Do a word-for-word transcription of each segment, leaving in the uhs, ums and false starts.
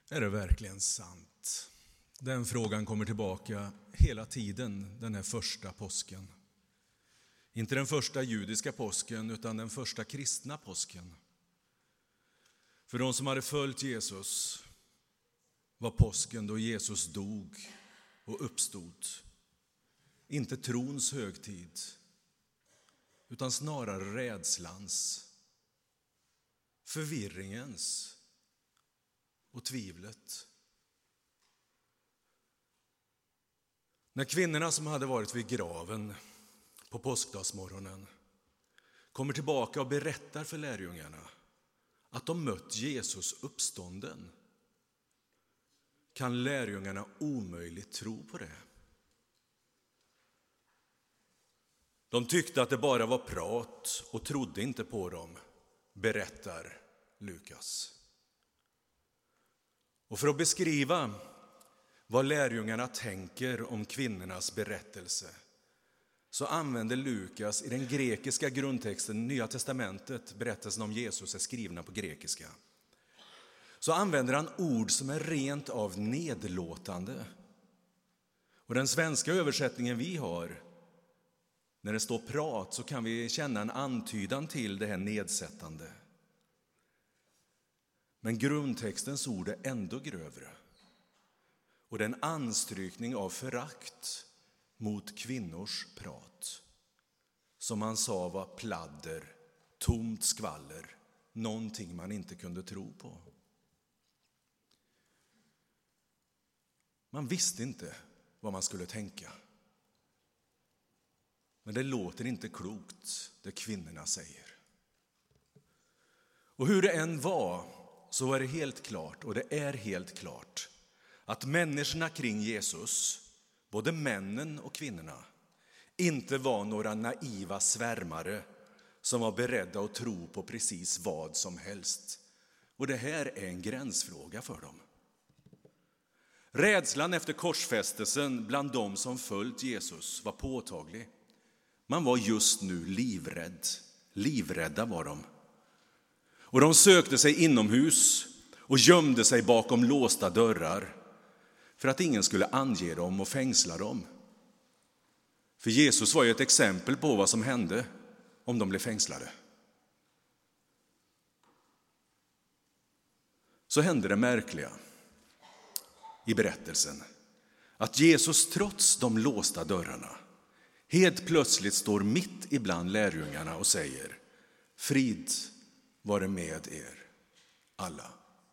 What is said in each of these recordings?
Är det verkligen sant? Den frågan kommer tillbaka hela tiden den här första påsken. Inte den första judiska påsken utan den första kristna påsken. För de som hade följt Jesus var påsken då Jesus dog och uppstod. Inte trons högtid utan snarare rädslans, förvirringens och tvivlet. När kvinnorna som hade varit vid graven på påskdagsmorgonen kommer tillbaka och berättar för lärjungarna att de mött Jesus uppstånden, kan lärjungarna omöjligt tro på det. De tyckte att det bara var prat och trodde inte på dem, berättar Lukas. Och för att beskriva vad lärjungarna tänker om kvinnornas berättelse så använder Lukas i den grekiska grundtexten, Nya testamentet, berättelsen om Jesus är skrivna på grekiska. Så använder han ord som är rent av nedlåtande. Och den svenska översättningen vi har, när det står prat, så kan vi känna en antydan till det här nedsättande. Men grundtextens ord är ändå grövre. Och det är en anstrykning av förakt mot kvinnors prat. Som han sa var pladder, tomt skvaller, någonting man inte kunde tro på. Man visste inte vad man skulle tänka. Men det låter inte klokt, det kvinnorna säger. Och hur det än var, så är det helt klart, och det är helt klart, att människorna kring Jesus, både männen och kvinnorna, inte var några naiva svärmare som var beredda att tro på precis vad som helst. Och det här är en gränsfråga för dem. Rädslan efter korsfästelsen bland dem som följt Jesus var påtaglig. Man var just nu livrädd. Livrädda var de. Och de sökte sig inomhus och gömde sig bakom låsta dörrar för att ingen skulle ange dem och fängsla dem. För Jesus var ju ett exempel på vad som hände om de blev fängslade. Så hände det märkliga i berättelsen att Jesus trots de låsta dörrarna helt plötsligt står mitt ibland lärjungarna och säger: frid vare med er alla.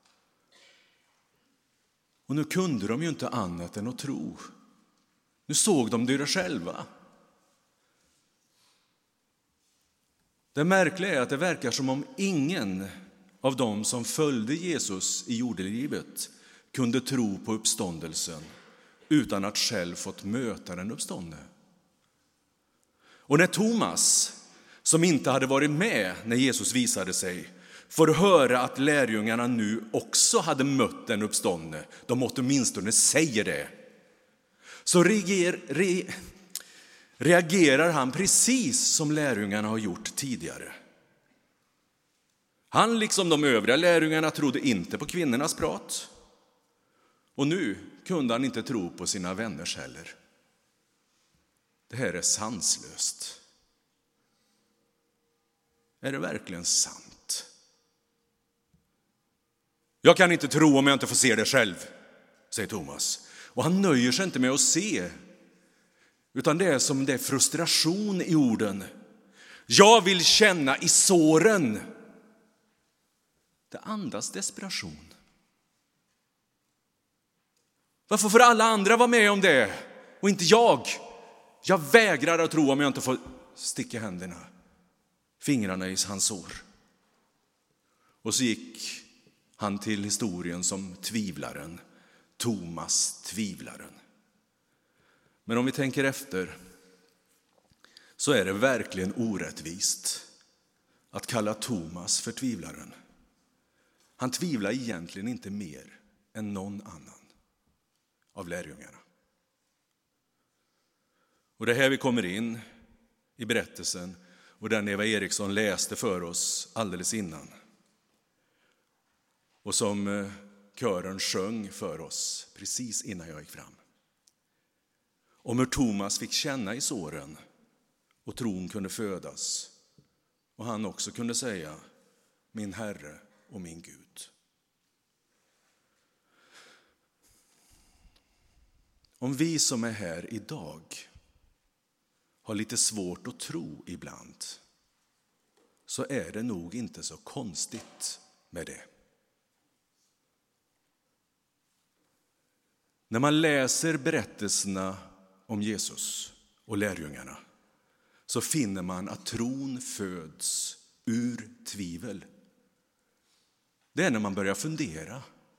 Och nu kunde de ju inte annat än att tro. Nu såg de det själva. Det märkliga är att det verkar som om ingen av dem som följde Jesus i jordelivet kunde tro på uppståndelsen utan att själv fått möta den uppståndne. Och när Thomas, som inte hade varit med när Jesus visade sig, får höra att lärjungarna nu också hade mött den uppståndne, de åtminstone säger det, så reagerar, re, reagerar han precis som lärjungarna har gjort tidigare. Han liksom de övriga lärjungarna trodde inte på kvinnornas prat. Och nu kunde han inte tro på sina vänners heller. Det här är sanslöst. Är det verkligen sant? Jag kan inte tro om jag inte får se det själv, säger Thomas. Och han nöjer sig inte med att se, utan det är som det är frustration i orden. Jag vill känna i såren. Det andas desperation. Varför får alla andra vara med om det och inte jag? Jag vägrar att tro om jag inte får sticka händerna, fingrarna i hans sår. Och så gick han till historien som tvivlaren, Thomas tvivlaren. Men om vi tänker efter så är det verkligen orättvist att kalla Thomas för tvivlaren. Han tvivlar egentligen inte mer än någon annan av lärjungarna. Och det här vi kommer in i berättelsen och den Eva Eriksson läste för oss alldeles innan. Och som kören sjöng för oss precis innan jag gick fram. Om hur Thomas fick känna i såren och tron kunde födas. Och han också kunde säga, min Herre och min Gud. Om vi som är här idag har lite svårt att tro ibland, så är det nog inte så konstigt med det. När man läser berättelserna om Jesus och lärjungarna så finner man att tron föds ur tvivel. Det är när man börjar fundera.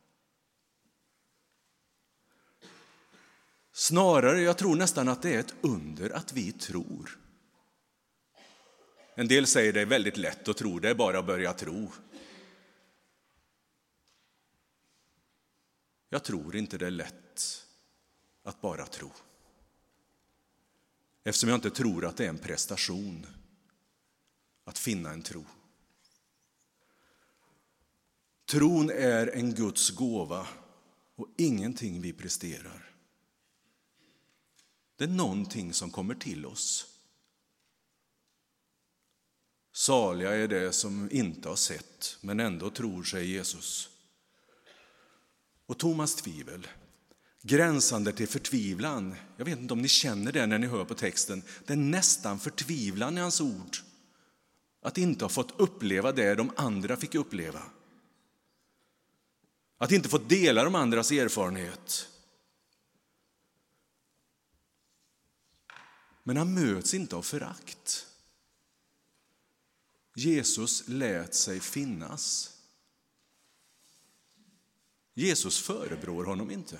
Snarare, jag tror nästan att det är ett under att vi tror. En del säger det är väldigt lätt att tro, det är bara att börja tro. Jag tror inte det är lätt att bara tro. Eftersom jag inte tror att det är en prestation att finna en tro. Tron är en Guds gåva och ingenting vi presterar. Det är någonting som kommer till oss. Saliga är det som inte har sett men ändå tror sig Jesus. Och Thomas tvivel, gränsande till förtvivlan. Jag vet inte om ni känner det när ni hör på texten. Det är nästan förtvivlan i hans ord. Att inte ha fått uppleva det de andra fick uppleva. Att inte få dela de andras erfarenhet. Men han möts inte av förakt. Jesus lät sig finnas. Jesus förebrår honom inte.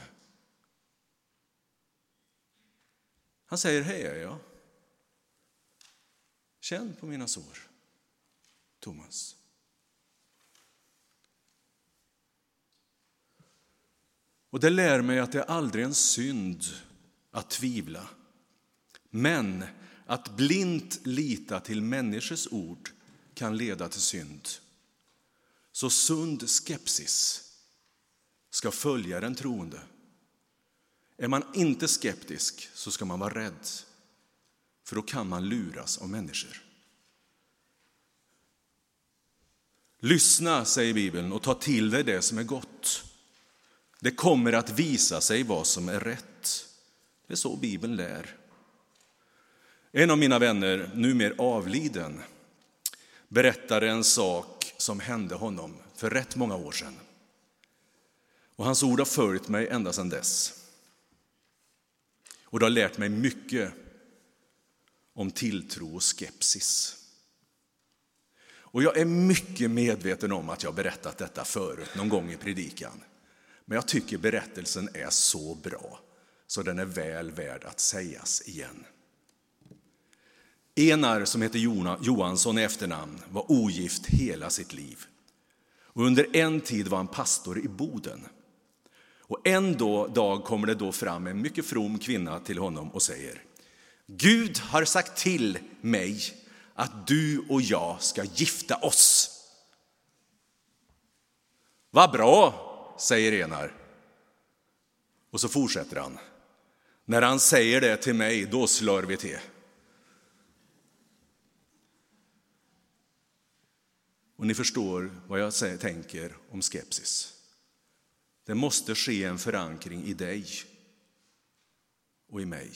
Han säger, hej är jag. Känn på mina sår, Thomas. Och det lär mig att det är aldrig en synd att tvivla. Men att blint lita till människors ord kan leda till synd. Så sund skepsis ska följa den troende. Är man inte skeptisk så ska man vara rädd. För då kan man luras av människor. Lyssna, säger Bibeln, och ta till dig det som är gott. Det kommer att visa sig vad som är rätt. Det är så Bibeln lär. En av mina vänner, numer avliden, berättade en sak som hände honom för rätt många år sedan. Och hans ord har följt mig ända sedan dess. Och det har lärt mig mycket om tilltro och skepsis. Och jag är mycket medveten om att jag har berättat detta förut någon gång i predikan. Men jag tycker berättelsen är så bra så den är väl värd att sägas igen. Enar, som heter Johansson i efternamn, var ogift hela sitt liv. Och under en tid var han pastor i Boden. Och en dag kommer det då fram en mycket from kvinna till honom och säger: Gud har sagt till mig att du och jag ska gifta oss. Vad bra, säger Enar. Och så fortsätter han. När han säger det till mig, då slår vi till. Och ni förstår vad jag tänker om skepsis. Det måste ske en förankring i dig och i mig.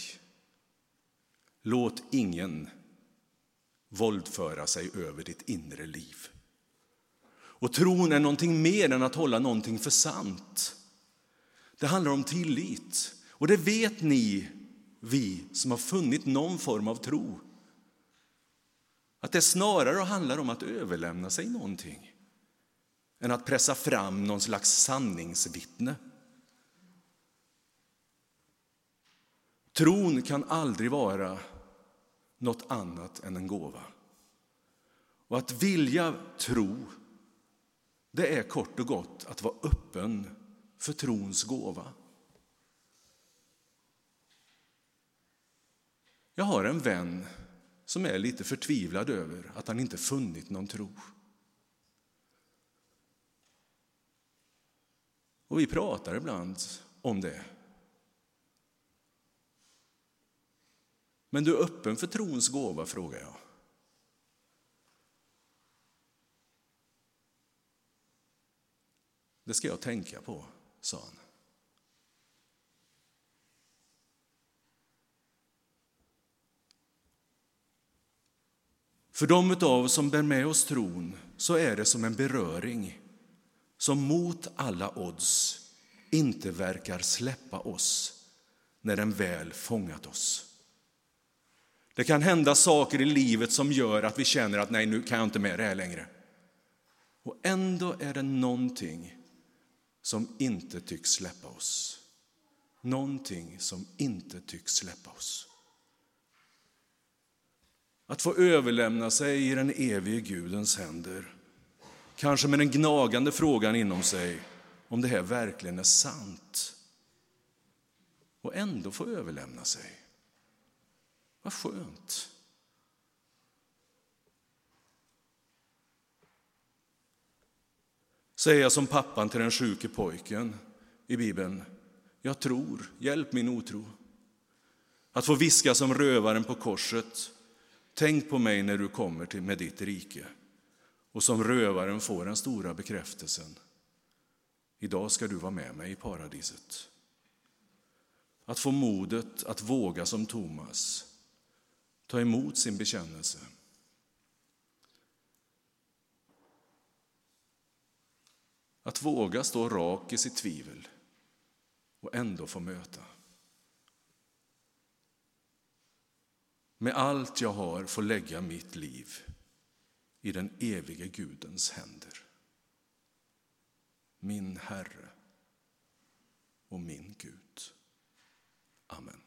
Låt ingen våldföra sig över ditt inre liv. Och tron är någonting mer än att hålla någonting för sant. Det handlar om tillit. Och det vet ni, vi som har funnit någon form av tro. Att det snarare handlar om att överlämna sig någonting än att pressa fram någon slags sanningsvittne. Tron kan aldrig vara något annat än en gåva. Och att vilja tro, det är kort och gott att vara öppen för trons gåva. Jag har en vän som är lite förtvivlad över att han inte funnit någon tro. Och vi pratar ibland om det. Men du är öppen för trons gåva, frågar jag. Det ska jag tänka på, sa han. För de av oss som bär med oss tron så är det som en beröring som mot alla odds inte verkar släppa oss när den väl fångat oss. Det kan hända saker i livet som gör att vi känner att nej, nu kan jag inte med det här längre. Och ändå är det någonting som inte tycks släppa oss. Någonting som inte tycks släppa oss. Att få överlämna sig i den evige Gudens händer. Kanske med den gnagande frågan inom sig om det här verkligen är sant. Och ändå få överlämna sig. Vad skönt. Säga som pappan till den sjuke pojken i Bibeln. Jag tror, hjälp min otro. Att få viska som rövaren på korset. Tänk på mig när du kommer till med ditt rike. Och som rövaren får den stora bekräftelsen. Idag ska du vara med mig i paradiset. Att få modet att våga som Thomas. Ta emot sin bekännelse. Att våga stå rak i sitt tvivel och ändå få möta. Med allt jag har får lägga mitt liv i den evige Gudens händer. Min Herre och min Gud. Amen.